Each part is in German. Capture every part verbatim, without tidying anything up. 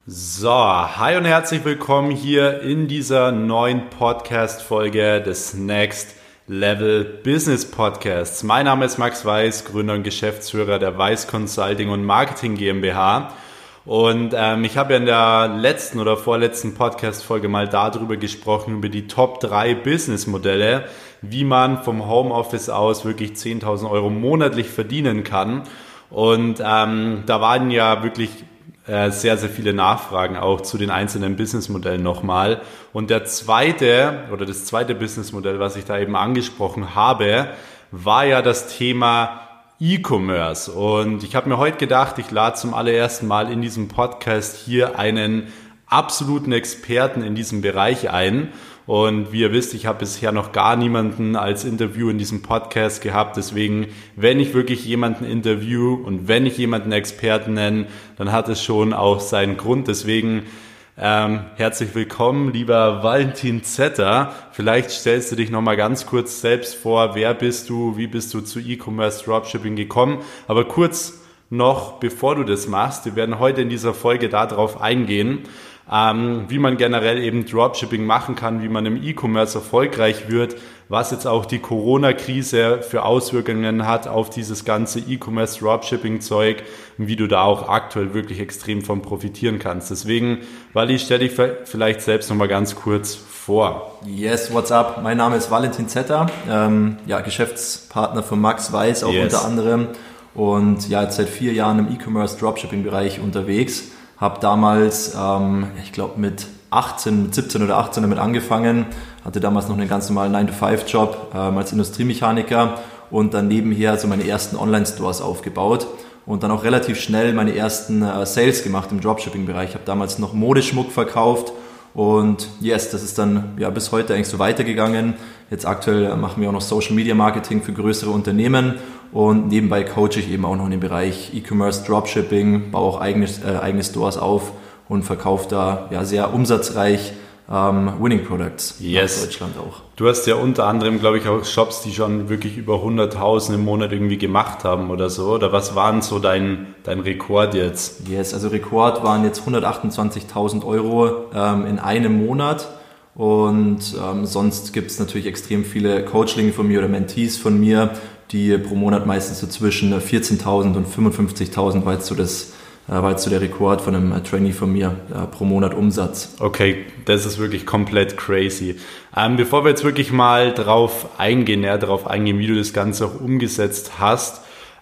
So, hi und herzlich willkommen hier in dieser neuen Podcast-Folge des Next Level Business Podcasts. Mein Name ist Max Weiß, Gründer und Geschäftsführer der Weiß Consulting und Marketing GmbH. Und ähm, ich habe ja in der letzten oder vorletzten Podcast-Folge mal darüber gesprochen, über die Top drei Business-Modelle, wie man vom Homeoffice aus wirklich zehntausend Euro monatlich verdienen kann. Und ähm, da waren ja wirklich sehr, sehr viele Nachfragen auch zu den einzelnen Businessmodellen nochmal. Und der zweite oder das zweite Businessmodell, was ich da eben angesprochen habe, war ja das Thema E-Commerce. Und ich habe mir heute gedacht, ich lade zum allerersten Mal in diesem Podcast hier einen absoluten Experten in diesem Bereich ein. Und wie ihr wisst, ich habe bisher noch gar niemanden als Interview in diesem Podcast gehabt. Deswegen, wenn ich wirklich jemanden interview und wenn ich jemanden Experten nenne, dann hat es schon auch seinen Grund. Deswegen ähm, herzlich willkommen, lieber Valentin Zetter. Vielleicht stellst du dich nochmal ganz kurz selbst vor. Wer bist du? Wie bist du zu E-Commerce Dropshipping gekommen? Aber kurz noch, bevor du das machst, wir werden heute in dieser Folge darauf eingehen, Ähm, wie man generell eben Dropshipping machen kann, wie man im E-Commerce erfolgreich wird, was jetzt auch die Corona-Krise für Auswirkungen hat auf dieses ganze E-Commerce Dropshipping-Zeug und wie du da auch aktuell wirklich extrem von profitieren kannst. Deswegen, Wally, stell dich vielleicht selbst nochmal ganz kurz vor. Yes, what's up? Mein Name ist Valentin Zetter, ähm, ja, Geschäftspartner von Max Weiß auch yes. unter anderem und ja, jetzt seit vier Jahren im E-Commerce Dropshipping-Bereich unterwegs. Habe damals, ähm, ich glaube mit achtzehn, mit siebzehn oder achtzehn damit angefangen, hatte damals noch einen ganz normalen nine to five Job ähm, als Industriemechaniker und dann nebenher so meine ersten Online-Stores aufgebaut und dann auch relativ schnell meine ersten äh, Sales gemacht im Dropshipping-Bereich. Ich habe damals noch Modeschmuck verkauft und yes, das ist dann ja bis heute eigentlich so weitergegangen. Jetzt aktuell machen wir auch noch Social Media Marketing für größere Unternehmen. Und nebenbei coache ich eben auch noch in dem Bereich E-Commerce, Dropshipping, baue auch eigene, äh, eigene Stores auf und verkaufe da ja sehr umsatzreich ähm, Winning Products yes. in Deutschland auch. Du hast ja unter anderem, glaube ich, auch Shops, die schon wirklich über hunderttausend im Monat irgendwie gemacht haben oder so. Oder was war denn so dein, dein Rekord jetzt? Yes, also Rekord waren jetzt hundertachtundzwanzigtausend Euro ähm, in einem Monat. Und ähm, sonst gibt es natürlich extrem viele Coachlinge von mir oder Mentees von mir, die pro Monat meistens so zwischen vierzehntausend und fünfundfünfzigtausend war jetzt so das äh, war jetzt so der Rekord von einem Trainee von mir äh, pro Monat Umsatz. Okay, das ist wirklich komplett crazy. Ähm, bevor wir jetzt wirklich mal drauf eingehen, näher darauf eingehen, wie du das Ganze auch umgesetzt hast,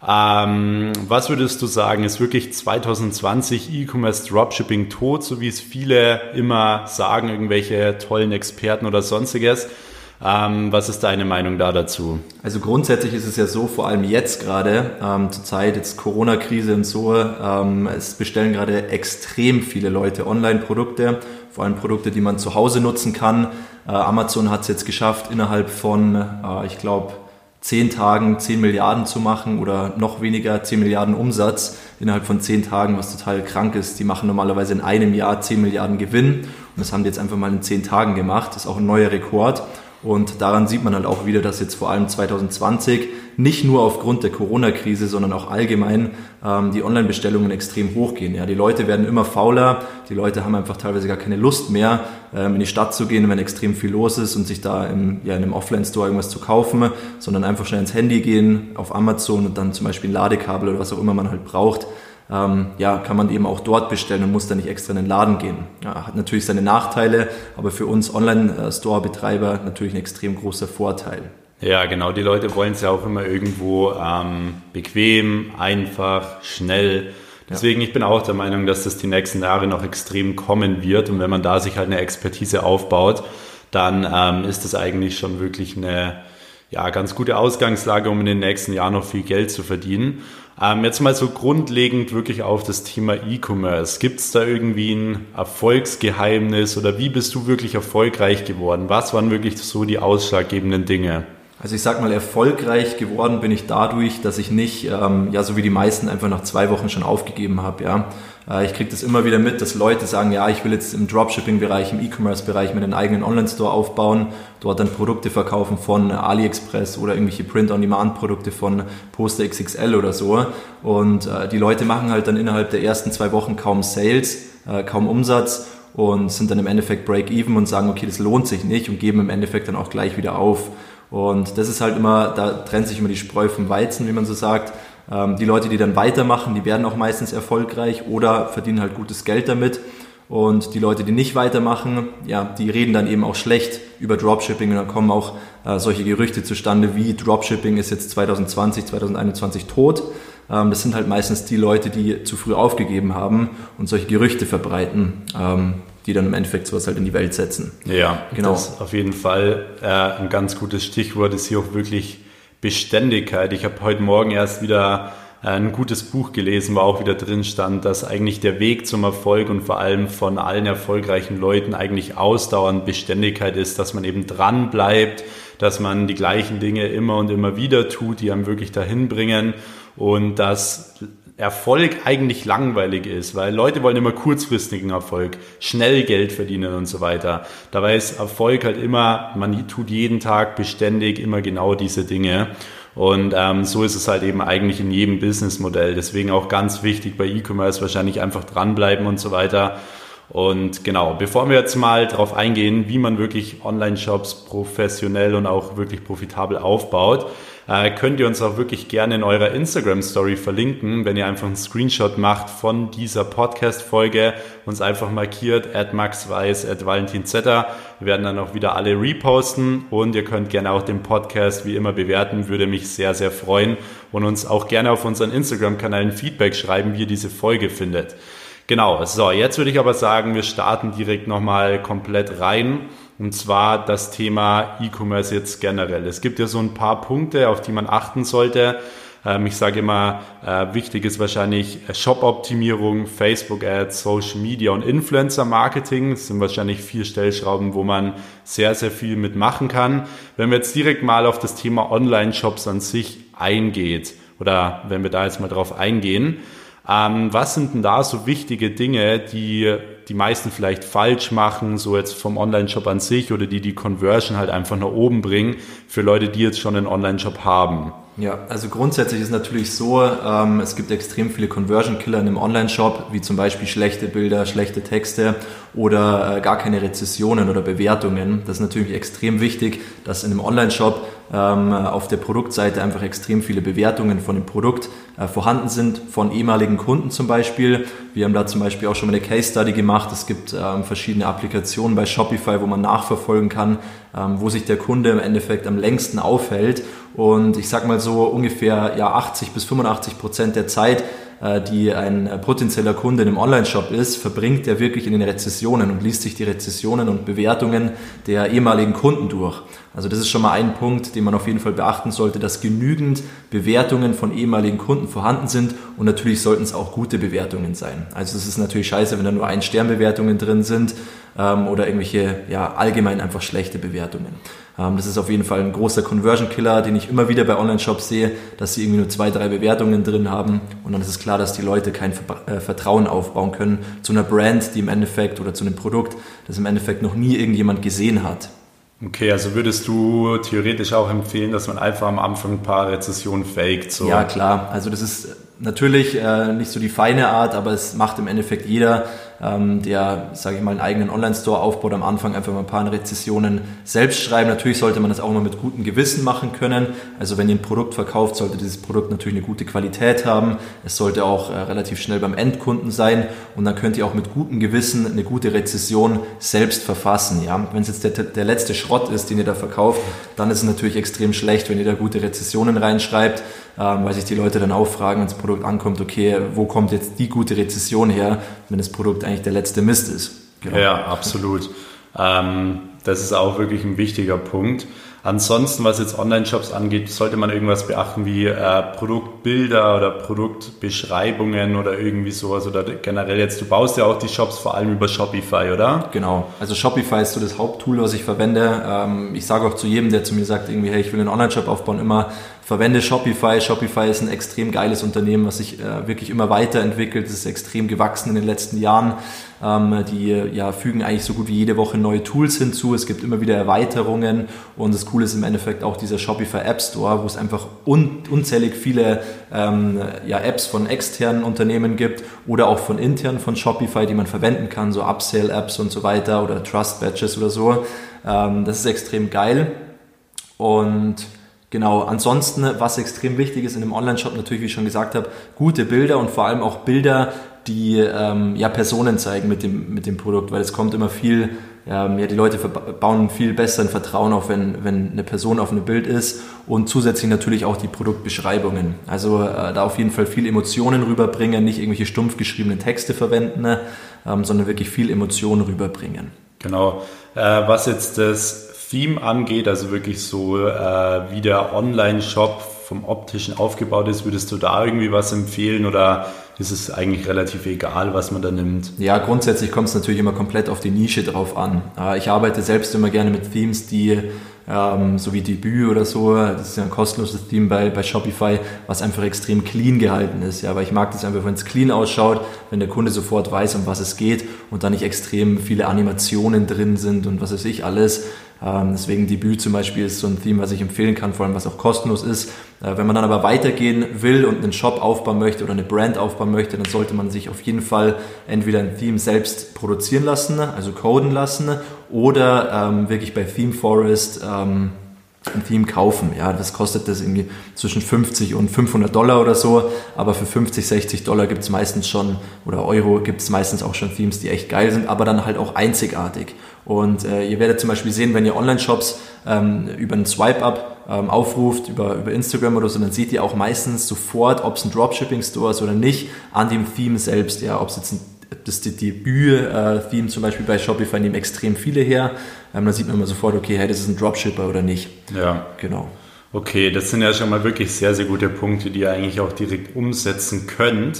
ähm, was würdest du sagen, ist wirklich zwanzig zwanzig E-Commerce Dropshipping tot, so wie es viele immer sagen, irgendwelche tollen Experten oder sonstiges? Ähm, was ist deine Meinung da dazu? Also grundsätzlich ist es ja so, vor allem jetzt gerade, ähm, zur Zeit jetzt Corona-Krise und so, ähm, es bestellen gerade extrem viele Leute Online-Produkte, vor allem Produkte, die man zu Hause nutzen kann. Äh, Amazon hat es jetzt geschafft, innerhalb von, äh, ich glaube, zehn Tagen zehn Milliarden zu machen oder noch weniger, zehn Milliarden Umsatz innerhalb von zehn Tagen, was total krank ist. Die machen normalerweise in einem Jahr zehn Milliarden Gewinn und das haben die jetzt einfach mal in zehn Tagen gemacht. Das ist auch ein neuer Rekord. Und daran sieht man halt auch wieder, dass jetzt vor allem zwanzig zwanzig nicht nur aufgrund der Corona-Krise, sondern auch allgemein ähm, die Online-Bestellungen extrem hochgehen. Ja, die Leute werden immer fauler, die Leute haben einfach teilweise gar keine Lust mehr, ähm, in die Stadt zu gehen, wenn extrem viel los ist und sich da im, ja, in einem Offline-Store irgendwas zu kaufen, sondern einfach schnell ins Handy gehen, auf Amazon und dann zum Beispiel ein Ladekabel oder was auch immer man halt braucht. Ähm, ja, kann man eben auch dort bestellen und muss dann nicht extra in den Laden gehen. Ja, hat natürlich seine Nachteile, aber für uns Online-Store-Betreiber natürlich ein extrem großer Vorteil. Ja, genau. Die Leute wollen es ja auch immer irgendwo ähm, bequem, einfach, schnell. Deswegen, ja. Ich bin auch der Meinung, dass das die nächsten Jahre noch extrem kommen wird. Und wenn man da sich halt eine Expertise aufbaut, dann ähm, ist das eigentlich schon wirklich eine ja, ganz gute Ausgangslage, um in den nächsten Jahren noch viel Geld zu verdienen. Ähm, jetzt mal so grundlegend wirklich auf das Thema E-Commerce. Gibt es da irgendwie ein Erfolgsgeheimnis oder wie bist du wirklich erfolgreich geworden? Was waren wirklich so die ausschlaggebenden Dinge? Also ich sag mal, erfolgreich geworden bin ich dadurch, dass ich nicht, ähm, ja, so wie die meisten einfach nach zwei Wochen schon aufgegeben habe, ja. Äh, ich kriege das immer wieder mit, dass Leute sagen, ja, ich will jetzt im Dropshipping-Bereich, im E-Commerce-Bereich mir einen eigenen Online-Store aufbauen, dort dann Produkte verkaufen von AliExpress oder irgendwelche Print-on-Demand-Produkte von Poster X X L oder so. Und äh, die Leute machen halt dann innerhalb der ersten zwei Wochen kaum Sales, äh, kaum Umsatz und sind dann im Endeffekt Break-Even und sagen, okay, das lohnt sich nicht und geben im Endeffekt dann auch gleich wieder auf. Und das ist halt immer, da trennt sich immer die Spreu vom Weizen, wie man so sagt. Ähm, die Leute, die dann weitermachen, die werden auch meistens erfolgreich oder verdienen halt gutes Geld damit. Und die Leute, die nicht weitermachen, ja, die reden dann eben auch schlecht über Dropshipping und dann kommen auch äh, solche Gerüchte zustande wie Dropshipping ist jetzt zwanzig zwanzig, zwanzig einundzwanzig tot. Ähm, das sind halt meistens die Leute, die zu früh aufgegeben haben und solche Gerüchte verbreiten, ähm, die dann im Endeffekt sowas halt in die Welt setzen. Ja, genau. Das ist auf jeden Fall äh, ein ganz gutes Stichwort, ist hier auch wirklich Beständigkeit. Ich habe heute Morgen erst wieder ein gutes Buch gelesen, wo auch wieder drin stand, dass eigentlich der Weg zum Erfolg und vor allem von allen erfolgreichen Leuten eigentlich ausdauernd Beständigkeit ist, dass man eben dran bleibt, dass man die gleichen Dinge immer und immer wieder tut, die einem wirklich dahin bringen und dass Erfolg eigentlich langweilig ist, weil Leute wollen immer kurzfristigen Erfolg, schnell Geld verdienen und so weiter. Dabei ist Erfolg halt immer, man tut jeden Tag beständig immer genau diese Dinge. Und ähm, so ist es halt eben eigentlich in jedem Businessmodell. Deswegen auch ganz wichtig bei E-Commerce wahrscheinlich einfach dranbleiben und so weiter. Und genau, bevor wir jetzt mal darauf eingehen, wie man wirklich Online-Shops professionell und auch wirklich profitabel aufbaut, äh, könnt ihr uns auch wirklich gerne in eurer Instagram-Story verlinken, wenn ihr einfach einen Screenshot macht von dieser Podcast-Folge, uns einfach markiert, at maxweiss, at valentinzetter. Wir werden dann auch wieder alle reposten und ihr könnt gerne auch den Podcast wie immer bewerten, würde mich sehr, sehr freuen und uns auch gerne auf unseren Instagram-Kanälen Feedback schreiben, wie ihr diese Folge findet. Genau, so, jetzt würde ich aber sagen, wir starten direkt nochmal komplett rein. Und zwar das Thema E-Commerce jetzt generell. Es gibt ja so ein paar Punkte, auf die man achten sollte. Ähm, ich sage immer, äh, wichtig ist wahrscheinlich Shop-Optimierung, Facebook-Ads, Social Media und Influencer-Marketing. Das sind wahrscheinlich vier Stellschrauben, wo man sehr, sehr viel mitmachen kann. Wenn wir jetzt direkt mal auf das Thema Online-Shops an sich eingeht oder wenn wir da jetzt mal drauf eingehen, Ähm, was sind denn da so wichtige Dinge, die die meisten vielleicht falsch machen, so jetzt vom Online-Shop an sich oder die die Conversion halt einfach nach oben bringen für Leute, die jetzt schon einen Online-Shop haben? Ja, also grundsätzlich ist natürlich so, ähm, es gibt extrem viele Conversion-Killer in einem Online-Shop, wie zum Beispiel schlechte Bilder, schlechte Texte oder äh, gar keine Rezessionen oder Bewertungen. Das ist natürlich extrem wichtig, dass in einem Online-Shop ähm, auf der Produktseite einfach extrem viele Bewertungen von dem Produkt äh, vorhanden sind, von ehemaligen Kunden zum Beispiel. Wir haben da zum Beispiel auch schon mal eine Case-Study gemacht. Es gibt ähm, verschiedene Applikationen bei Shopify, wo man nachverfolgen kann, ähm, wo sich der Kunde im Endeffekt am längsten aufhält. Und ich sag mal so ungefähr ja, achtzig bis fünfundachtzig Prozent der Zeit, äh, die ein äh, potenzieller Kunde in einem Online-Shop ist, verbringt er wirklich in den Rezessionen und liest sich die Rezessionen und Bewertungen der ehemaligen Kunden durch. Also das ist schon mal ein Punkt, den man auf jeden Fall beachten sollte, dass genügend Bewertungen von ehemaligen Kunden vorhanden sind und natürlich sollten es auch gute Bewertungen sein. Also es ist natürlich scheiße, wenn da nur Ein-Stern-Bewertungen drin sind ähm, oder irgendwelche ja, allgemein einfach schlechte Bewertungen. Ähm, das ist auf jeden Fall ein großer Conversion-Killer, den ich immer wieder bei Online-Shops sehe, dass sie irgendwie nur zwei, drei Bewertungen drin haben und dann ist es klar, dass die Leute kein Ver- äh, Vertrauen aufbauen können zu einer Brand, die im Endeffekt oder zu einem Produkt, das im Endeffekt noch nie irgendjemand gesehen hat. Okay, also würdest du theoretisch auch empfehlen, dass man einfach am Anfang ein paar Rezessionen faked? So? Ja, klar. Also das ist natürlich äh, nicht so die feine Art, aber es macht im Endeffekt jeder, ähm, der, sage ich mal, einen eigenen Online-Store aufbaut, am Anfang einfach mal ein paar Rezessionen selbst schreiben. Natürlich sollte man das auch mal mit gutem Gewissen machen können. Also wenn ihr ein Produkt verkauft, sollte dieses Produkt natürlich eine gute Qualität haben. Es sollte auch äh, relativ schnell beim Endkunden sein und dann könnt ihr auch mit gutem Gewissen eine gute Rezession selbst verfassen. Ja? Wenn es jetzt der, der letzte Schrott ist, den ihr da verkauft, dann ist es natürlich extrem schlecht, wenn ihr da gute Rezessionen reinschreibt, ähm, weil sich die Leute dann auch fragen, wenn das Produkt ankommt, okay, wo kommt jetzt die gute Rezession her, wenn das Produkt eigentlich der letzte Mist ist. Genau. Ja, absolut. Ähm, das ist auch wirklich ein wichtiger Punkt. Ansonsten, was jetzt Online-Shops angeht, sollte man irgendwas beachten wie äh, Produktbilder oder Produktbeschreibungen oder irgendwie sowas oder generell jetzt, du baust ja auch die Shops vor allem über Shopify, oder? Genau, also Shopify ist so das Haupttool, was ich verwende. Ähm, ich sage auch zu jedem, der zu mir sagt, irgendwie, hey, ich will einen Online-Shop aufbauen, immer verwende Shopify. Shopify ist ein extrem geiles Unternehmen, was sich äh, wirklich immer weiterentwickelt. Es ist extrem gewachsen in den letzten Jahren. Ähm, die ja, fügen eigentlich so gut wie jede Woche neue Tools hinzu. Es gibt immer wieder Erweiterungen und das Coole ist im Endeffekt auch dieser Shopify App Store, wo es einfach un- unzählig viele ähm, ja, Apps von externen Unternehmen gibt oder auch von internen von Shopify, die man verwenden kann, so Upsell-Apps und so weiter oder Trust-Badges oder so. Ähm, das ist extrem geil. Und genau, ansonsten, was extrem wichtig ist in einem Online-Shop, natürlich, wie ich schon gesagt habe, gute Bilder und vor allem auch Bilder, die ähm, ja, Personen zeigen mit dem, mit dem Produkt, weil es kommt immer viel, ähm, ja, die Leute bauen viel besser ein Vertrauen auf, wenn, wenn eine Person auf einem Bild ist und zusätzlich natürlich auch die Produktbeschreibungen. Also äh, da auf jeden Fall viel Emotionen rüberbringen, nicht irgendwelche stumpf geschriebenen Texte verwenden, ne, ähm, sondern wirklich viel Emotionen rüberbringen. Genau, äh, was jetzt das Theme angeht, also wirklich so äh, wie der Online-Shop vom Optischen aufgebaut ist, würdest du da irgendwie was empfehlen oder ist es eigentlich relativ egal, was man da nimmt? Ja, grundsätzlich kommt es natürlich immer komplett auf die Nische drauf an. Ich arbeite selbst immer gerne mit Themes, die ähm, so wie Debüt oder so, das ist ja ein kostenloses Theme bei, bei Shopify, was einfach extrem clean gehalten ist. Ja, aber ich mag das einfach, wenn es clean ausschaut, wenn der Kunde sofort weiß, um was es geht und da nicht extrem viele Animationen drin sind und was weiß ich alles. Ähm, deswegen Debüt zum Beispiel ist so ein Theme, was ich empfehlen kann, vor allem was auch kostenlos ist. Äh, wenn man dann aber weitergehen will und einen Shop aufbauen möchte oder eine Brand aufbauen möchte, dann sollte man sich auf jeden Fall entweder ein Theme selbst produzieren lassen, also coden lassen, oder ähm, wirklich bei Theme Forest ähm, ein Theme kaufen. Ja, das kostet das irgendwie zwischen fünfzig und fünfhundert Dollar oder so, aber für fünfzig, sechzig Dollar gibt es meistens schon, oder Euro gibt es meistens auch schon Themes, die echt geil sind, aber dann halt auch einzigartig. Und äh, ihr werdet zum Beispiel sehen, wenn ihr Online-Shops ähm, über einen Swipe-Up ähm, aufruft, über, über Instagram oder so, dann seht ihr auch meistens sofort, ob es ein Dropshipping-Store ist oder nicht, an dem Theme selbst. Ja, ob es jetzt ein das Debüt-Theme zum Beispiel bei Shopify nehmen extrem viele her. Ähm, da sieht man immer sofort, okay, hey, das ist ein Dropshipper oder nicht. Ja. Genau. Okay, das sind ja schon mal wirklich sehr, sehr gute Punkte, die ihr eigentlich auch direkt umsetzen könnt.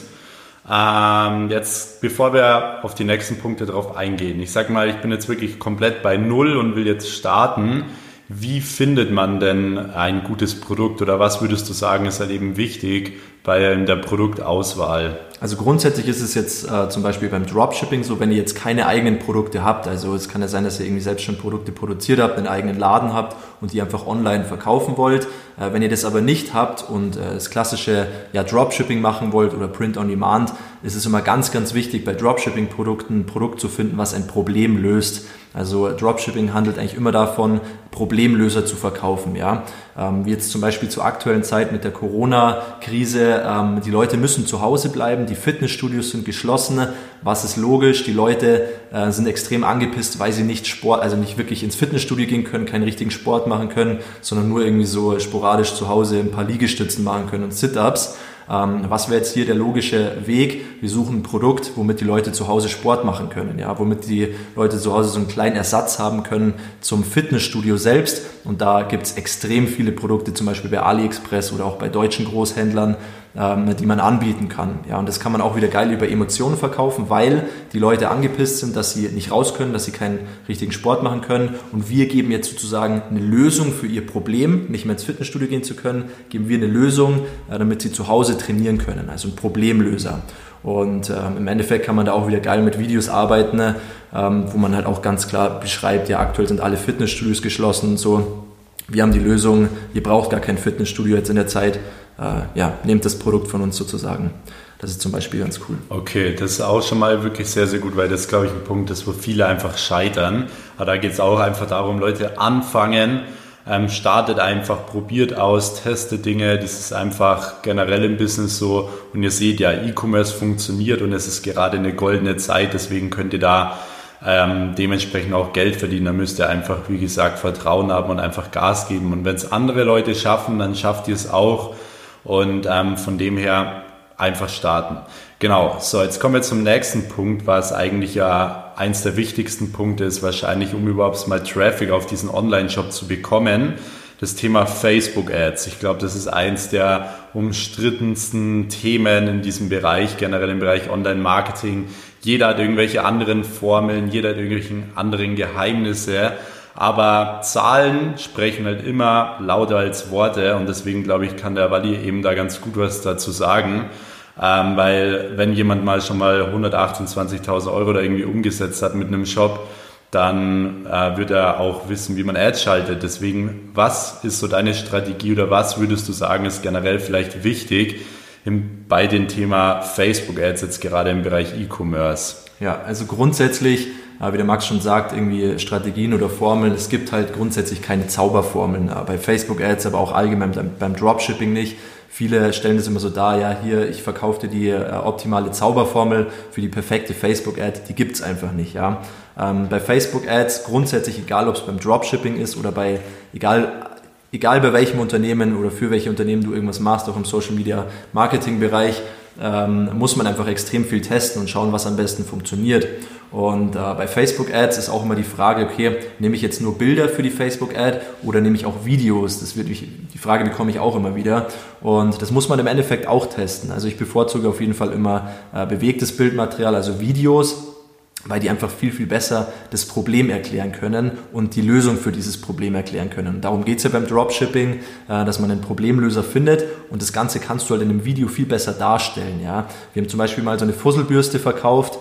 Ähm, jetzt, bevor wir auf die nächsten Punkte drauf eingehen, ich sag mal, ich bin jetzt wirklich komplett bei Null und will jetzt starten. Wie findet man denn ein gutes Produkt oder was würdest du sagen, ist halt eben wichtig bei der Produktauswahl? Also grundsätzlich ist es jetzt äh, zum Beispiel beim Dropshipping so, wenn ihr jetzt keine eigenen Produkte habt, also es kann ja sein, dass ihr irgendwie selbst schon Produkte produziert habt, einen eigenen Laden habt und die einfach online verkaufen wollt. Äh, wenn ihr das aber nicht habt und äh, das klassische ja, Dropshipping machen wollt oder Print on Demand, ist es immer ganz, ganz wichtig, bei Dropshipping-Produkten ein Produkt zu finden, was ein Problem löst. Also Dropshipping handelt eigentlich immer davon, Problemlöser zu verkaufen. Ja? Ähm, wie jetzt zum Beispiel zur aktuellen Zeit mit der Corona-Krise. Ähm, die Leute müssen zu Hause bleiben, die Fitnessstudios sind geschlossen. Was ist logisch? Die Leute äh, sind extrem angepisst, weil sie nicht Sport, also nicht wirklich ins Fitnessstudio gehen können, keinen richtigen Sport machen können, sondern nur irgendwie so sporadisch zu Hause ein paar Liegestützen machen können und Sit-Ups. Ähm, was wäre jetzt hier der logische Weg? Wir suchen ein Produkt, womit die Leute zu Hause Sport machen können, ja, womit die Leute zu Hause so einen kleinen Ersatz haben können zum Fitnessstudio selbst. Und da gibt es extrem viele Produkte, zum Beispiel bei AliExpress oder auch bei deutschen Großhändlern, ähm, die man anbieten kann. Ja, und das kann man auch wieder geil über Emotionen verkaufen, weil die Leute angepisst sind, dass sie nicht raus können, dass sie keinen richtigen Sport machen können. Und wir geben jetzt sozusagen eine Lösung für ihr Problem, nicht mehr ins Fitnessstudio gehen zu können, geben wir eine Lösung, äh, damit sie zu Hause trainieren können, also ein Problemlöser. Und ähm, im Endeffekt kann man da auch wieder geil mit Videos arbeiten, ne? ähm, wo man halt auch ganz klar beschreibt, ja, aktuell sind alle Fitnessstudios geschlossen und so. Wir haben die Lösung, ihr braucht gar kein Fitnessstudio jetzt in der Zeit. Äh, ja, nehmt das Produkt von uns sozusagen. Das ist zum Beispiel ganz cool. Okay, das ist auch schon mal wirklich sehr, sehr gut, weil das, glaube ich, ein Punkt ist, wo viele einfach scheitern. Aber da geht es auch einfach darum, Leute anfangen, ähm, startet einfach, probiert aus, testet Dinge. Das ist einfach generell im Business so. Und ihr seht ja, E-Commerce funktioniert und es ist gerade eine goldene Zeit. Deswegen könnt ihr da ähm, dementsprechend auch Geld verdienen. Da müsst ihr einfach, wie gesagt, Vertrauen haben und einfach Gas geben. Und wenn es andere Leute schaffen, dann schafft ihr es auch. Und ähm, von dem her einfach starten. Genau, so jetzt kommen wir zum nächsten Punkt, was eigentlich ja eins der wichtigsten Punkte ist, wahrscheinlich, um überhaupt mal Traffic auf diesen Online-Shop zu bekommen. Das Thema Facebook-Ads. Ich glaube, das ist eins der umstrittensten Themen in diesem Bereich, generell im Bereich Online-Marketing. Jeder hat irgendwelche anderen Formeln, jeder hat irgendwelche anderen Geheimnisse. Aber Zahlen sprechen halt immer lauter als Worte und deswegen glaube ich, kann der Wally eben da ganz gut was dazu sagen. Ähm, weil wenn jemand mal schon mal hundertachtundzwanzigtausend Euro da irgendwie umgesetzt hat mit einem Shop, dann äh, wird er auch wissen, wie man Ads schaltet. Deswegen, was ist so deine Strategie oder was würdest du sagen, ist generell vielleicht wichtig im, bei dem Thema Facebook-Ads jetzt gerade im Bereich E-Commerce? Ja, also grundsätzlich, äh, wie der Max schon sagt, irgendwie Strategien oder Formeln. Es gibt halt grundsätzlich keine Zauberformeln äh, bei Facebook-Ads, aber auch allgemein beim, beim Dropshipping nicht. Viele stellen das immer so dar, ja, hier, ich verkaufe dir die äh, optimale Zauberformel für die perfekte Facebook-Ad. Die gibt's einfach nicht, ja. Ähm, bei Facebook-Ads grundsätzlich, egal ob es beim Dropshipping ist oder bei, egal, egal bei welchem Unternehmen oder für welche Unternehmen du irgendwas machst, auch im Social-Media-Marketing-Bereich, ähm, muss man einfach extrem viel testen und schauen, was am besten funktioniert. Und äh, bei Facebook-Ads ist auch immer die Frage, okay, nehme ich jetzt nur Bilder für die Facebook-Ad oder nehme ich auch Videos? Das wird, die Frage bekomme ich auch immer wieder. Und das muss man im Endeffekt auch testen. Also ich bevorzuge auf jeden Fall immer äh, bewegtes Bildmaterial, also Videos, weil die einfach viel, viel besser das Problem erklären können und die Lösung für dieses Problem erklären können. Und darum geht es ja beim Dropshipping, dass man einen Problemlöser findet und das Ganze kannst du halt in einem Video viel besser darstellen. Ja? Wir haben zum Beispiel mal so eine Fusselbürste verkauft,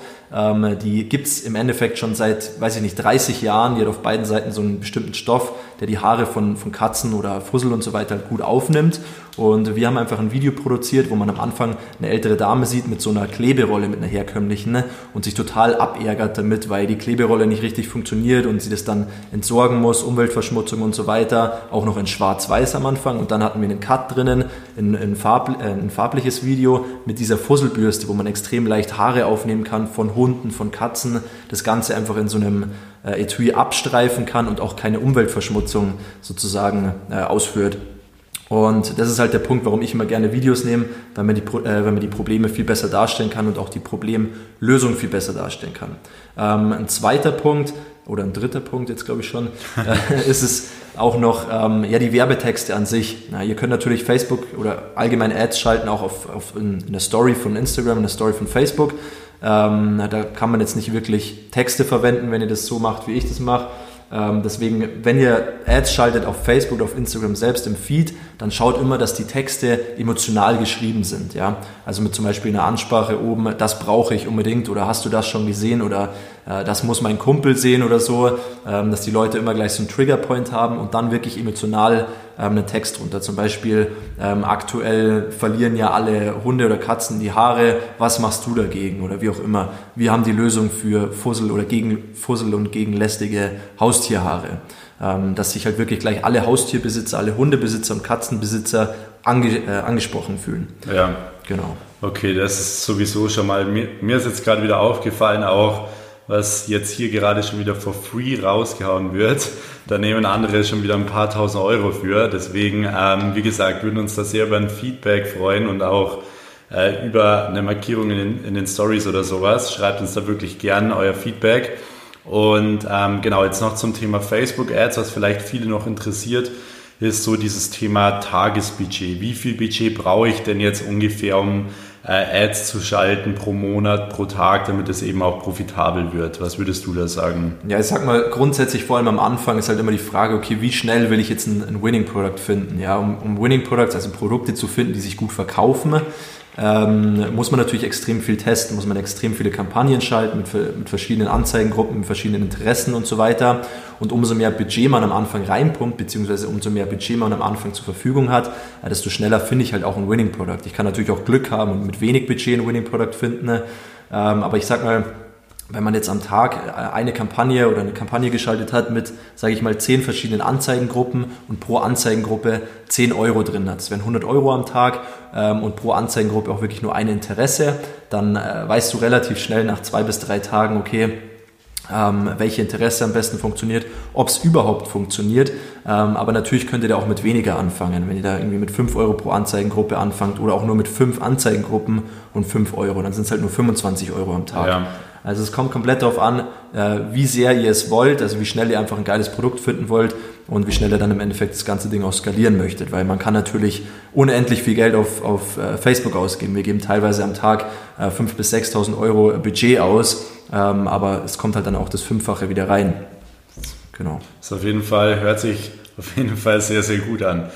die gibt's im Endeffekt schon seit, weiß ich nicht, dreißig Jahren. Die hat auf beiden Seiten so einen bestimmten Stoff, der die Haare von, von Katzen oder Fussel und so weiter halt gut aufnimmt. Und wir haben einfach ein Video produziert, wo man am Anfang eine ältere Dame sieht mit so einer Kleberolle, mit einer herkömmlichen, ne? Und sich total abärgert damit, weil die Kleberolle nicht richtig funktioniert und sie das dann entsorgen muss, Umweltverschmutzung und so weiter, auch noch in schwarz-weiß am Anfang. Und dann hatten wir einen Cut drinnen, ein, ein, Farb, äh, ein farbliches Video mit dieser Fusselbürste, wo man extrem leicht Haare aufnehmen kann von Hunden, von Katzen, das Ganze einfach in so einem äh, Etui abstreifen kann und auch keine Umweltverschmutzung sozusagen äh, ausführt. Und das ist halt der Punkt, warum ich immer gerne Videos nehme, weil man die, äh, weil man die Probleme viel besser darstellen kann und auch die Problemlösung viel besser darstellen kann. Ähm, ein zweiter Punkt, oder ein dritter Punkt jetzt glaube ich schon, äh, ist es auch noch ähm, ja, die Werbetexte an sich. Na, ihr könnt natürlich Facebook oder allgemein Ads schalten, auch auf, auf in, in der Story von Instagram, in der Story von Facebook. Ähm, da kann man jetzt nicht wirklich Texte verwenden, wenn ihr das so macht, wie ich das mache. Ähm, deswegen, wenn ihr Ads schaltet auf Facebook oder auf Instagram selbst im Feed, dann schaut immer, dass die Texte emotional geschrieben sind. Ja? Also mit zum Beispiel einer Ansprache oben, das brauche ich unbedingt oder hast du das schon gesehen oder äh, das muss mein Kumpel sehen oder so, ähm, dass die Leute immer gleich so einen Triggerpoint haben und dann wirklich emotional ähm, einen Text drunter. Zum Beispiel ähm, aktuell verlieren ja alle Hunde oder Katzen die Haare, was machst du dagegen oder wie auch immer. Wir haben die Lösung für Fussel oder gegen Fussel und gegen lästige Haustierhaare. Ähm, dass sich halt wirklich gleich alle Haustierbesitzer, alle Hundebesitzer und Katzenbesitzer ange, äh, angesprochen fühlen. Ja. Genau. Okay, das ist sowieso schon mal, mir, mir ist jetzt gerade wieder aufgefallen, auch was jetzt hier gerade schon wieder for free rausgehauen wird. Da nehmen andere schon wieder ein paar tausend Euro für. Deswegen, ähm, wie gesagt, würden uns da sehr über ein Feedback freuen und auch äh, über eine Markierung in den, in den Stories oder sowas. Schreibt uns da wirklich gern euer Feedback. Und ähm, genau, jetzt noch zum Thema Facebook-Ads, was vielleicht viele noch interessiert, ist so dieses Thema Tagesbudget. Wie viel Budget brauche ich denn jetzt ungefähr, um äh, Ads zu schalten pro Monat, pro Tag, damit es eben auch profitabel wird? Was würdest du da sagen? Ja, ich sag mal, grundsätzlich vor allem am Anfang ist halt immer die Frage, okay, wie schnell will ich jetzt ein, ein Winning-Product finden? Ja, um, um Winning-Products, also Produkte zu finden, die sich gut verkaufen, Ähm, muss man natürlich extrem viel testen, muss man extrem viele Kampagnen schalten mit, mit verschiedenen Anzeigengruppen, mit verschiedenen Interessen und so weiter. Und umso mehr Budget man am Anfang reinpumpt, beziehungsweise umso mehr Budget man am Anfang zur Verfügung hat, desto schneller finde ich halt auch ein Winning Product. Ich kann natürlich auch Glück haben und mit wenig Budget ein Winning Product finden, ähm, aber ich sag mal, wenn man jetzt am Tag eine Kampagne oder eine Kampagne geschaltet hat mit, sage ich mal, zehn verschiedenen Anzeigengruppen und pro Anzeigengruppe zehn Euro drin hat, das wären hundert Euro am Tag ähm, und pro Anzeigengruppe auch wirklich nur ein Interesse, dann äh, weißt du relativ schnell nach zwei bis drei Tagen, okay, ähm, welche Interesse am besten funktioniert, ob es überhaupt funktioniert, ähm, aber natürlich könnt ihr da auch mit weniger anfangen, wenn ihr da irgendwie mit fünf Euro pro Anzeigengruppe anfangt oder auch nur mit fünf Anzeigengruppen und fünf Euro, dann sind es halt nur fünfundzwanzig Euro am Tag. Ja. Also es kommt komplett darauf an, wie sehr ihr es wollt, also wie schnell ihr einfach ein geiles Produkt finden wollt und wie schnell ihr dann im Endeffekt das ganze Ding auch skalieren möchtet, weil man kann natürlich unendlich viel Geld auf, auf Facebook ausgeben. Wir geben teilweise am Tag fünftausend bis sechstausend Euro Budget aus, aber es kommt halt dann auch das Fünffache wieder rein. Genau. Das auf jeden Fall, hört sich auf jeden Fall sehr, sehr gut an.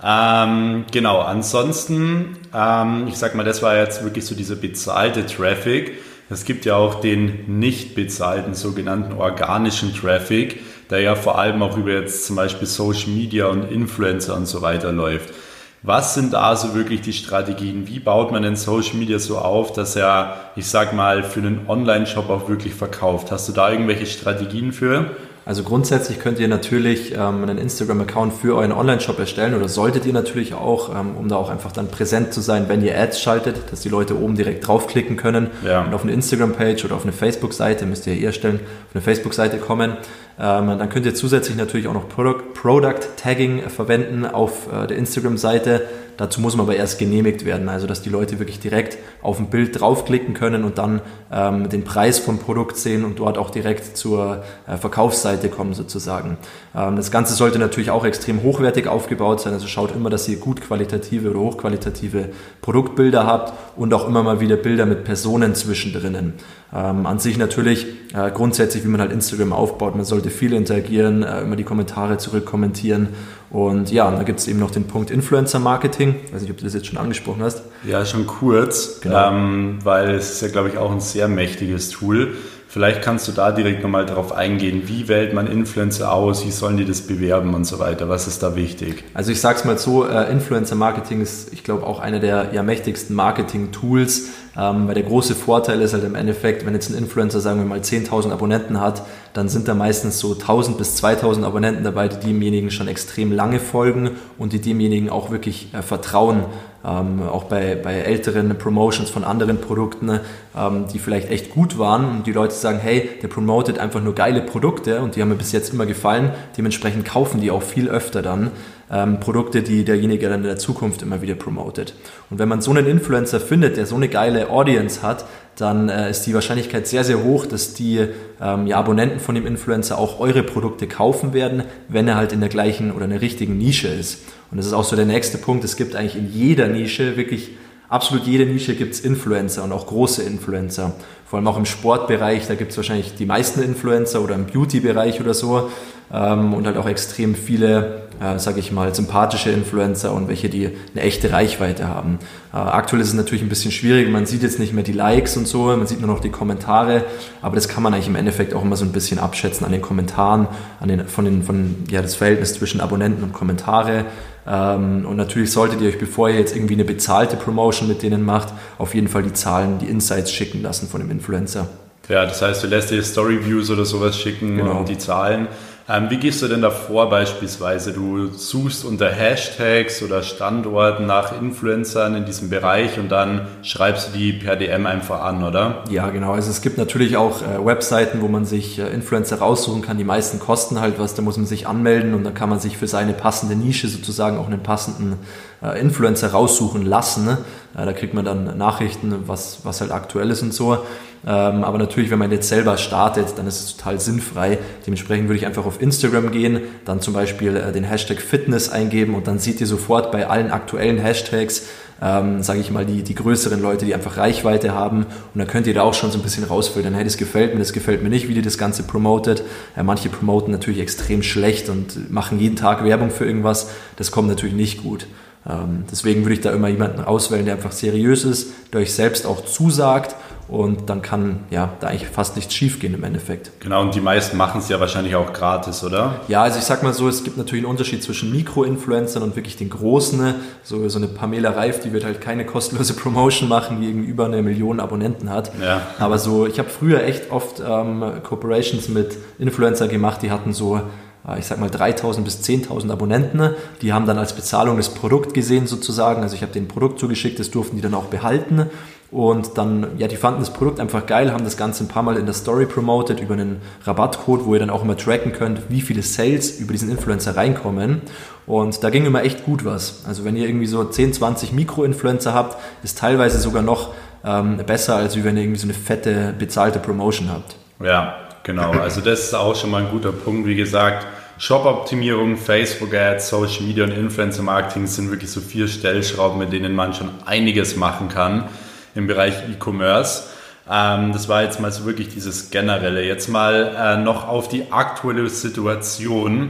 Ähm, genau, ansonsten, ähm, ich sag mal, das war jetzt wirklich so dieser bezahlte Traffic. Es gibt ja auch den nicht bezahlten, sogenannten organischen Traffic, der ja vor allem auch über jetzt zum Beispiel Social Media und Influencer und so weiter läuft. Was sind da so wirklich die Strategien? Wie baut man denn Social Media so auf, dass er, ich sag mal, für einen Online-Shop auch wirklich verkauft? Hast du da irgendwelche Strategien für? Also grundsätzlich könnt ihr natürlich ähm, einen Instagram-Account für euren Online-Shop erstellen oder solltet ihr natürlich auch, ähm, um da auch einfach dann präsent zu sein, wenn ihr Ads schaltet, dass die Leute oben direkt draufklicken können ja. und auf eine Instagram-Page oder auf eine Facebook-Seite, müsst ihr ja eh erstellen, auf eine Facebook-Seite kommen. Ähm, dann könnt ihr zusätzlich natürlich auch noch Product, Product Tagging verwenden auf äh, der Instagram-Seite. Dazu muss man aber erst genehmigt werden, also dass die Leute wirklich direkt auf ein Bild draufklicken können und dann ähm, den Preis vom Produkt sehen und dort auch direkt zur äh, Verkaufsseite kommen sozusagen. Ähm, das Ganze sollte natürlich auch extrem hochwertig aufgebaut sein, also schaut immer, dass ihr gut qualitative oder hochqualitative Produktbilder habt und auch immer mal wieder Bilder mit Personen zwischendrin. Ähm, an sich natürlich äh, grundsätzlich, wie man halt Instagram aufbaut, man sollte viel interagieren, äh, immer die Kommentare zurückkommentieren. Und ja, und da gibt es eben noch den Punkt Influencer-Marketing. Ich weiß nicht, ob du das jetzt schon angesprochen hast. Ja, schon kurz, genau. ähm, weil es ist ja, glaube ich, auch ein sehr mächtiges Tool. Vielleicht kannst du da direkt nochmal darauf eingehen, wie wählt man Influencer aus, wie sollen die das bewerben und so weiter, was ist da wichtig? Also ich sage es mal so, äh, Influencer-Marketing ist, ich glaube, auch einer der ja, mächtigsten Marketing-Tools, ähm, weil der große Vorteil ist halt im Endeffekt, wenn jetzt ein Influencer, sagen wir mal, zehntausend Abonnenten hat, dann sind da meistens so tausend bis zweitausend Abonnenten dabei, die demjenigen schon extrem lange folgen und die demjenigen auch wirklich äh, vertrauen. Ähm, auch bei, bei älteren Promotions von anderen Produkten, ähm, die vielleicht echt gut waren und die Leute sagen, hey, der promotet einfach nur geile Produkte und die haben mir bis jetzt immer gefallen, dementsprechend kaufen die auch viel öfter dann ähm, Produkte, die derjenige dann in der Zukunft immer wieder promotet. Und wenn man so einen Influencer findet, der so eine geile Audience hat, dann äh, ist die Wahrscheinlichkeit sehr, sehr hoch, dass die ähm, ja, Abonnenten von dem Influencer auch eure Produkte kaufen werden, wenn er halt in der gleichen oder in der richtigen Nische ist. Und das ist auch so der nächste Punkt. Es gibt eigentlich in jeder Nische, wirklich absolut jede Nische gibt es Influencer und auch große Influencer. Vor allem auch im Sportbereich, da gibt es wahrscheinlich die meisten Influencer oder im Beauty-Bereich oder so. Ähm, und halt auch extrem viele, äh, sage ich mal, sympathische Influencer und welche, die eine echte Reichweite haben. Äh, aktuell ist es natürlich ein bisschen schwierig, man sieht jetzt nicht mehr die Likes und so, man sieht nur noch die Kommentare, aber das kann man eigentlich im Endeffekt auch immer so ein bisschen abschätzen an den Kommentaren, an den, von den, von, ja, das Verhältnis zwischen Abonnenten und Kommentare. Ähm, und natürlich solltet ihr euch, bevor ihr jetzt irgendwie eine bezahlte Promotion mit denen macht, auf jeden Fall die Zahlen, die Insights schicken lassen von dem Influencer. Ja, das heißt, du lässt dir Storyviews oder sowas schicken genau. und die Zahlen. Ähm, wie gehst du denn davor beispielsweise? Du suchst unter Hashtags oder Standorten nach Influencern in diesem Bereich und dann schreibst du die per D M einfach an, oder? Ja, genau. Also es gibt natürlich auch äh, Webseiten, wo man sich äh, Influencer raussuchen kann. Die meisten kosten halt was, da muss man sich anmelden und dann kann man sich für seine passende Nische sozusagen auch einen passenden äh, Influencer raussuchen lassen. Ne? Äh, da kriegt man dann Nachrichten, was, was halt aktuell ist und so. Ähm, aber natürlich, wenn man jetzt selber startet, dann ist es total sinnfrei. Dementsprechend würde ich einfach auf Instagram gehen, dann zum Beispiel äh, den Hashtag Fitness eingeben und dann seht ihr sofort bei allen aktuellen Hashtags, ähm, sage ich mal, die, die größeren Leute, die einfach Reichweite haben und dann könnt ihr da auch schon so ein bisschen rausfiltern, hey, das gefällt mir, das gefällt mir nicht, wie die das Ganze promotet. Äh, manche promoten natürlich extrem schlecht und machen jeden Tag Werbung für irgendwas, das kommt natürlich nicht gut. Ähm, deswegen würde ich da immer jemanden auswählen, der einfach seriös ist, der euch selbst auch zusagt. Und dann kann ja da eigentlich fast nichts schief gehen im Endeffekt. Genau, und die meisten machen es ja wahrscheinlich auch gratis, oder? Ja, also ich sag mal so, es gibt natürlich einen Unterschied zwischen Mikro-Influencern und wirklich den großen. So, so eine Pamela Reif, die wird halt keine kostenlose Promotion machen, die gegenüber eine Million Abonnenten hat. Ja. Aber so, ich habe früher echt oft ähm, Cooperations mit Influencer gemacht, die hatten so, ich sag mal dreitausend bis zehntausend Abonnenten, die haben dann als Bezahlung das Produkt gesehen sozusagen, also ich habe denen ein Produkt zugeschickt, das durften die dann auch behalten und dann, ja, die fanden das Produkt einfach geil, haben das Ganze ein paar Mal in der Story promoted über einen Rabattcode, wo ihr dann auch immer tracken könnt, wie viele Sales über diesen Influencer reinkommen und da ging immer echt gut was. Also wenn ihr irgendwie so zehn, zwanzig Mikro-Influencer habt, ist teilweise sogar noch ähm, besser, als wenn ihr irgendwie so eine fette, bezahlte Promotion habt. Ja, genau. Also das ist auch schon mal ein guter Punkt. Wie gesagt, Shop-Optimierung, Facebook-Ads, Social Media und Influencer-Marketing sind wirklich so vier Stellschrauben, mit denen man schon einiges machen kann im Bereich E-Commerce. Ähm, das war jetzt mal so wirklich dieses Generelle. Jetzt mal äh, noch auf die aktuelle Situation.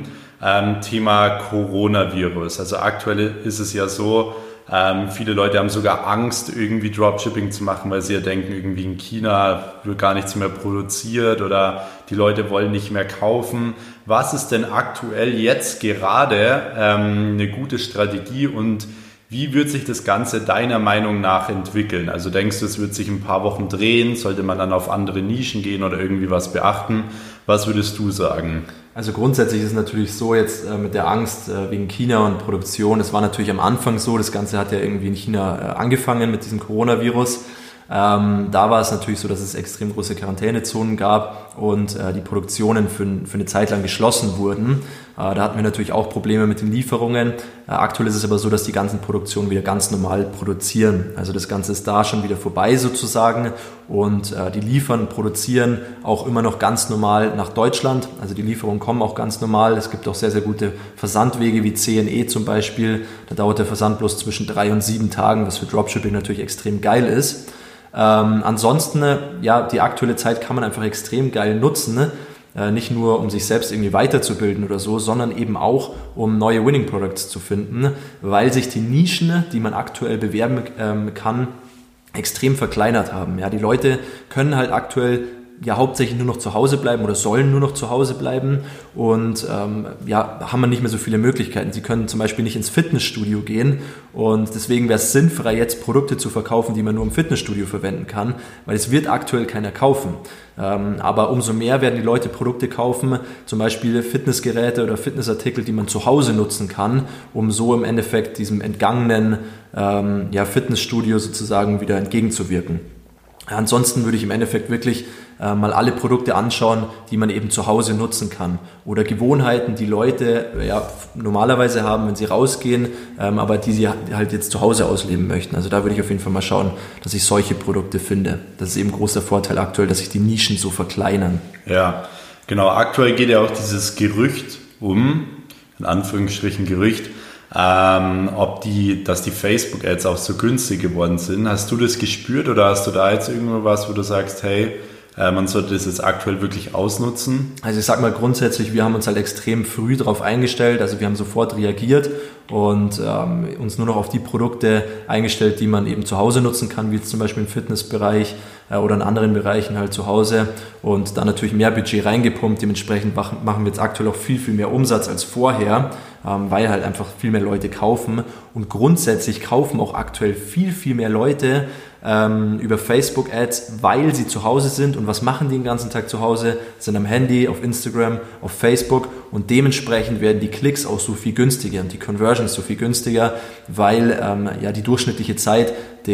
Ähm, Thema Coronavirus. Also aktuell ist es ja so, ähm, viele Leute haben sogar Angst, irgendwie Dropshipping zu machen, weil sie ja denken, irgendwie in China wird gar nichts mehr produziert oder die Leute wollen nicht mehr kaufen. Was ist denn aktuell jetzt gerade ähm, eine gute Strategie und wie wird sich das Ganze deiner Meinung nach entwickeln? Also denkst du, es wird sich ein paar Wochen drehen? Sollte man dann auf andere Nischen gehen oder irgendwie was beachten? Was würdest du sagen? Also grundsätzlich ist es natürlich so jetzt äh, mit der Angst äh, wegen China und Produktion. Das war natürlich am Anfang so. Das Ganze hat ja irgendwie in China äh, angefangen mit diesem Coronavirus. Ähm, da war es natürlich so, dass es extrem große Quarantänezonen gab und äh, die Produktionen für, für eine Zeit lang geschlossen wurden. Äh, da hatten wir natürlich auch Probleme mit den Lieferungen. Äh, aktuell ist es aber so, dass die ganzen Produktionen wieder ganz normal produzieren. Also das Ganze ist da schon wieder vorbei sozusagen und äh, die liefern, produzieren auch immer noch ganz normal nach Deutschland. Also die Lieferungen kommen auch ganz normal. Es gibt auch sehr, sehr gute Versandwege wie C N E zum Beispiel. Da dauert der Versand bloß zwischen drei und sieben Tagen, was für Dropshipping natürlich extrem geil ist. Ähm, ansonsten, ja, die aktuelle Zeit kann man einfach extrem geil nutzen, ne? Äh, nicht nur um sich selbst irgendwie weiterzubilden oder so, sondern eben auch um neue Winning Products zu finden, weil sich die Nischen, die man aktuell bewerben ähm, kann, extrem verkleinert haben. Ja, die Leute können halt aktuell ja hauptsächlich nur noch zu Hause bleiben oder sollen nur noch zu Hause bleiben und ähm, ja, haben wir nicht mehr so viele Möglichkeiten. Sie können zum Beispiel nicht ins Fitnessstudio gehen und deswegen wäre es sinnfrei, jetzt Produkte zu verkaufen, die man nur im Fitnessstudio verwenden kann, weil es wird aktuell keiner kaufen. Ähm, aber umso mehr werden die Leute Produkte kaufen, zum Beispiel Fitnessgeräte oder Fitnessartikel, die man zu Hause nutzen kann, um so im Endeffekt diesem entgangenen ähm, ja, Fitnessstudio sozusagen wieder entgegenzuwirken. Ansonsten würde ich im Endeffekt wirklich äh, mal alle Produkte anschauen, die man eben zu Hause nutzen kann. Oder Gewohnheiten, die Leute ja, normalerweise haben, wenn sie rausgehen, ähm, aber die sie halt jetzt zu Hause ausleben möchten. Also da würde ich auf jeden Fall mal schauen, dass ich solche Produkte finde. Das ist eben ein großer Vorteil aktuell, dass sich die Nischen so verkleinern. Ja, genau. Aktuell geht ja auch dieses Gerücht um, in Anführungsstrichen Gerücht, Ähm, ob die, dass die Facebook-Ads auch so günstig geworden sind. Hast du das gespürt oder hast du da jetzt irgendwo was, wo du sagst, hey, äh, man sollte das jetzt aktuell wirklich ausnutzen? Also ich sag mal grundsätzlich, wir haben uns halt extrem früh darauf eingestellt, also wir haben sofort reagiert und ähm, uns nur noch auf die Produkte eingestellt, die man eben zu Hause nutzen kann, wie zum Beispiel im Fitnessbereich äh, oder in anderen Bereichen halt zu Hause und da natürlich mehr Budget reingepumpt. Dementsprechend machen, machen wir jetzt aktuell auch viel, viel mehr Umsatz als vorher, ähm, weil halt einfach viel mehr Leute kaufen und grundsätzlich kaufen auch aktuell viel, viel mehr Leute ähm, über Facebook-Ads, weil sie zu Hause sind und was machen die den ganzen Tag zu Hause? Sind am Handy, auf Instagram, auf Facebook und dementsprechend werden die Klicks auch so viel günstiger und die Conversions so viel günstiger, weil ähm, ja die durchschnittliche Zeit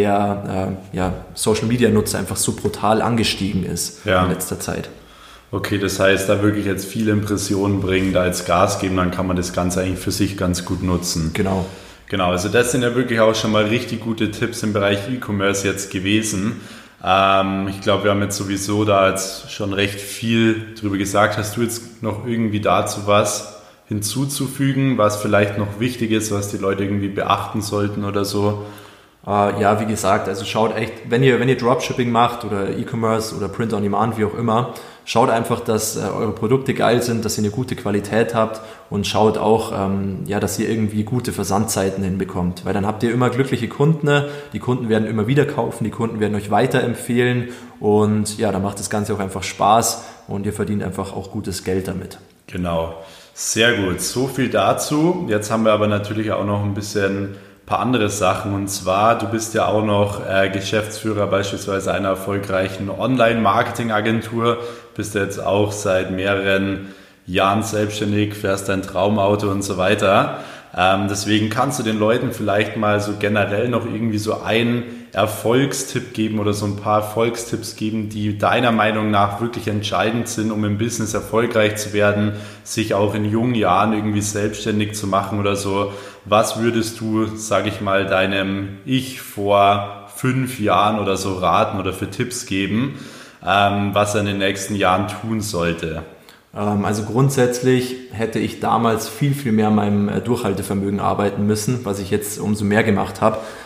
der äh, ja, Social-Media-Nutzer einfach so brutal angestiegen ist ja. in letzter Zeit. Okay, das heißt, da wirklich jetzt viele Impressionen bringen, da jetzt Gas geben, dann kann man das Ganze eigentlich für sich ganz gut nutzen. Genau. Genau, also das sind ja wirklich auch schon mal richtig gute Tipps im Bereich E-Commerce jetzt gewesen. Ähm, ich glaube, wir haben jetzt sowieso da jetzt schon recht viel drüber gesagt. Hast du jetzt noch irgendwie dazu was hinzuzufügen, was vielleicht noch wichtig ist, was die Leute irgendwie beachten sollten oder so? Uh, ja, wie gesagt, also schaut echt, wenn ihr, wenn ihr Dropshipping macht oder E-Commerce oder Print on Demand, wie auch immer, schaut einfach, dass äh, eure Produkte geil sind, dass ihr eine gute Qualität habt und schaut auch, ähm, ja, dass ihr irgendwie gute Versandzeiten hinbekommt, weil dann habt ihr immer glückliche Kunden, die Kunden werden immer wieder kaufen, die Kunden werden euch weiterempfehlen und ja, dann macht das Ganze auch einfach Spaß und ihr verdient einfach auch gutes Geld damit. Genau, sehr gut, so viel dazu. Jetzt haben wir aber natürlich auch noch ein bisschen paar andere Sachen und zwar, du bist ja auch noch äh, Geschäftsführer beispielsweise einer erfolgreichen Online-Marketing-Agentur, bist ja jetzt auch seit mehreren Jahren selbstständig, fährst dein Traumauto und so weiter. Ähm, deswegen kannst du den Leuten vielleicht mal so generell noch irgendwie so einen Erfolgstipp geben oder so ein paar Erfolgstipps geben, die deiner Meinung nach wirklich entscheidend sind, um im Business erfolgreich zu werden, sich auch in jungen Jahren irgendwie selbstständig zu machen oder so. Was würdest du, sage ich mal, deinem Ich vor fünf Jahren oder so raten oder für Tipps geben, ähm, was er in den nächsten Jahren tun sollte? Also grundsätzlich hätte ich damals viel, viel mehr an meinem Durchhaltevermögen arbeiten müssen, was ich jetzt umso mehr gemacht habe,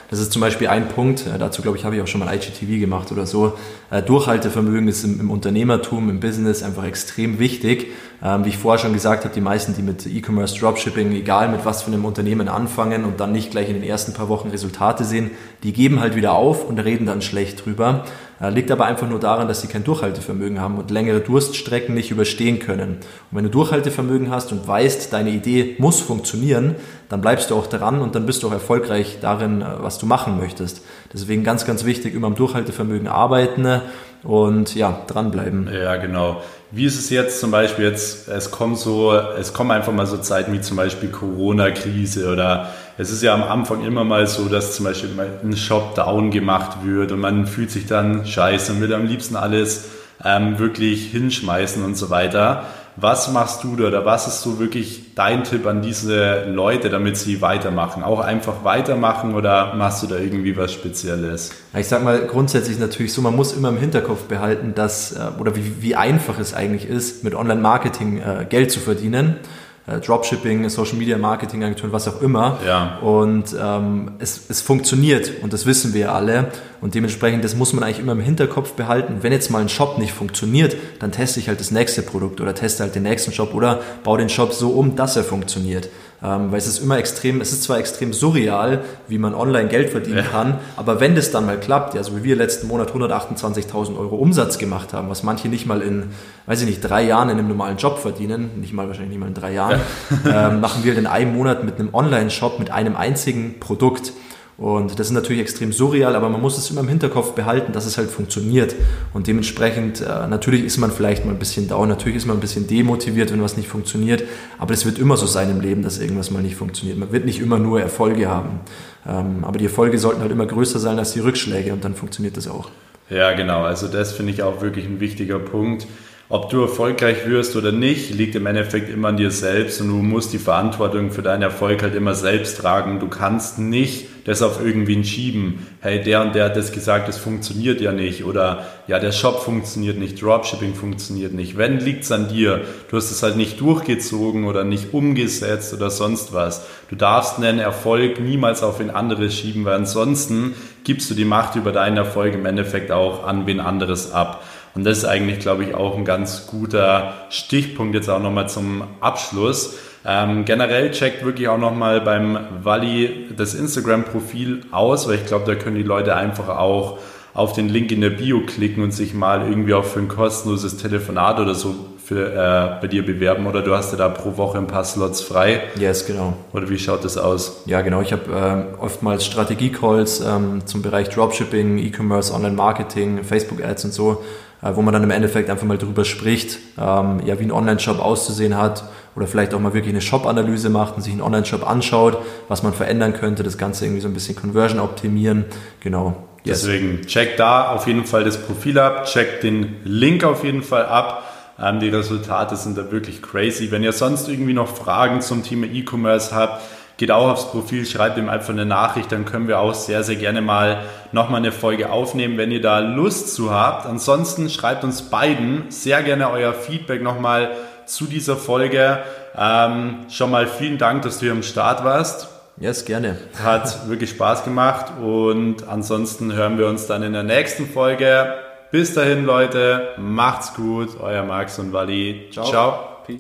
Das ist zum Beispiel ein Punkt, äh, dazu glaube ich, habe ich auch schon mal I G T V gemacht oder so. Äh, Durchhaltevermögen ist im, im Unternehmertum, im Business einfach extrem wichtig. Ähm, wie ich vorher schon gesagt habe, die meisten, die mit E-Commerce, Dropshipping, egal mit was für einem Unternehmen anfangen und dann nicht gleich in den ersten paar Wochen Resultate sehen, die geben halt wieder auf und reden dann schlecht drüber. Äh, liegt aber einfach nur daran, dass sie kein Durchhaltevermögen haben und längere Durststrecken nicht überstehen können. Und wenn du Durchhaltevermögen hast und weißt, deine Idee muss funktionieren, dann bleibst du auch dran und dann bist du auch erfolgreich darin, was du machen möchtest. Deswegen ganz, ganz wichtig, immer am Durchhaltevermögen arbeiten und ja, dranbleiben. Ja, genau. Wie ist es jetzt zum Beispiel jetzt, es kommt so, es kommen einfach mal so Zeiten wie zum Beispiel Corona-Krise oder es ist ja am Anfang immer mal so, dass zum Beispiel mal ein Shop down gemacht wird und man fühlt sich dann scheiße und will am liebsten alles ähm, wirklich hinschmeißen und so weiter. Was machst du da oder was ist so wirklich dein Tipp an diese Leute, damit sie weitermachen? Auch einfach weitermachen oder machst du da irgendwie was Spezielles? Ich sag mal, grundsätzlich natürlich so, man muss immer im Hinterkopf behalten, dass, oder wie, wie einfach es eigentlich ist, mit Online-Marketing äh, Geld zu verdienen. Dropshipping, Social Media Marketing Agenturen, was auch immer. Ja. Und ähm, es, es funktioniert und das wissen wir alle. Und dementsprechend, das muss man eigentlich immer im Hinterkopf behalten. Wenn jetzt mal ein Shop nicht funktioniert, dann teste ich halt das nächste Produkt oder teste halt den nächsten Shop oder baue den Shop so um, dass er funktioniert. Ähm, weil es ist immer extrem, es ist zwar extrem surreal, wie man online Geld verdienen ja. kann, aber wenn das dann mal klappt, ja, so wie wir letzten Monat hundertachtundzwanzigtausend Euro Umsatz gemacht haben, was manche nicht mal in, weiß ich nicht, drei Jahren in einem normalen Job verdienen, nicht mal wahrscheinlich nicht mal in drei Jahren, ja. ähm, machen wir halt in einem Monat mit einem Online-Shop mit einem einzigen Produkt. Und das ist natürlich extrem surreal, aber man muss es immer im Hinterkopf behalten, dass es halt funktioniert. Und dementsprechend, äh, natürlich ist man vielleicht mal ein bisschen down, natürlich ist man ein bisschen demotiviert, wenn was nicht funktioniert. Aber es wird immer so sein im Leben, dass irgendwas mal nicht funktioniert. Man wird nicht immer nur Erfolge haben. Ähm, aber die Erfolge sollten halt immer größer sein als die Rückschläge und dann funktioniert das auch. Ja, genau. Also das finde ich auch wirklich ein wichtiger Punkt. Ob du erfolgreich wirst oder nicht, liegt im Endeffekt immer an dir selbst und du musst die Verantwortung für deinen Erfolg halt immer selbst tragen. Du kannst nicht das auf irgendwen schieben. Hey, der und der hat das gesagt, das funktioniert ja nicht. Oder ja, der Shop funktioniert nicht, Dropshipping funktioniert nicht. Wenn, liegt es an dir. Du hast es halt nicht durchgezogen oder nicht umgesetzt oder sonst was. Du darfst einen Erfolg niemals auf wen anderes schieben, weil ansonsten gibst du die Macht über deinen Erfolg im Endeffekt auch an wen anderes ab. Und das ist eigentlich, glaube ich, auch ein ganz guter Stichpunkt jetzt auch nochmal zum Abschluss. Ähm, generell checkt wirklich auch nochmal beim Wally das Instagram-Profil aus, weil ich glaube, da können die Leute einfach auch auf den Link in der Bio klicken und sich mal irgendwie auch für ein kostenloses Telefonat oder so für, äh, bei dir bewerben. Oder du hast ja da pro Woche ein paar Slots frei. Yes, genau. Oder wie schaut das aus? Ja, genau. Ich habe äh, oftmals Strategie-Calls ähm, zum Bereich Dropshipping, E-Commerce, Online-Marketing, Facebook-Ads und so, äh, wo man dann im Endeffekt einfach mal drüber spricht, ähm, ja, wie ein Online-Shop auszusehen hat oder vielleicht auch mal wirklich eine Shop-Analyse macht und sich einen Online-Shop anschaut, was man verändern könnte, das Ganze irgendwie so ein bisschen Conversion optimieren. Genau. Yes. Deswegen checkt da auf jeden Fall das Profil ab, checkt den Link auf jeden Fall ab. Ähm, die Resultate sind da wirklich crazy. Wenn ihr sonst irgendwie noch Fragen zum Thema E-Commerce habt, geht auch aufs Profil, schreibt ihm einfach eine Nachricht, dann können wir auch sehr, sehr gerne mal nochmal eine Folge aufnehmen, wenn ihr da Lust zu habt. Ansonsten schreibt uns beiden sehr gerne euer Feedback nochmal zu dieser Folge. Ähm, schon mal vielen Dank, dass du hier am Start warst. Yes, gerne. Hat wirklich Spaß gemacht und ansonsten hören wir uns dann in der nächsten Folge. Bis dahin, Leute, macht's gut, euer Max und Wally. Ciao. Ciao.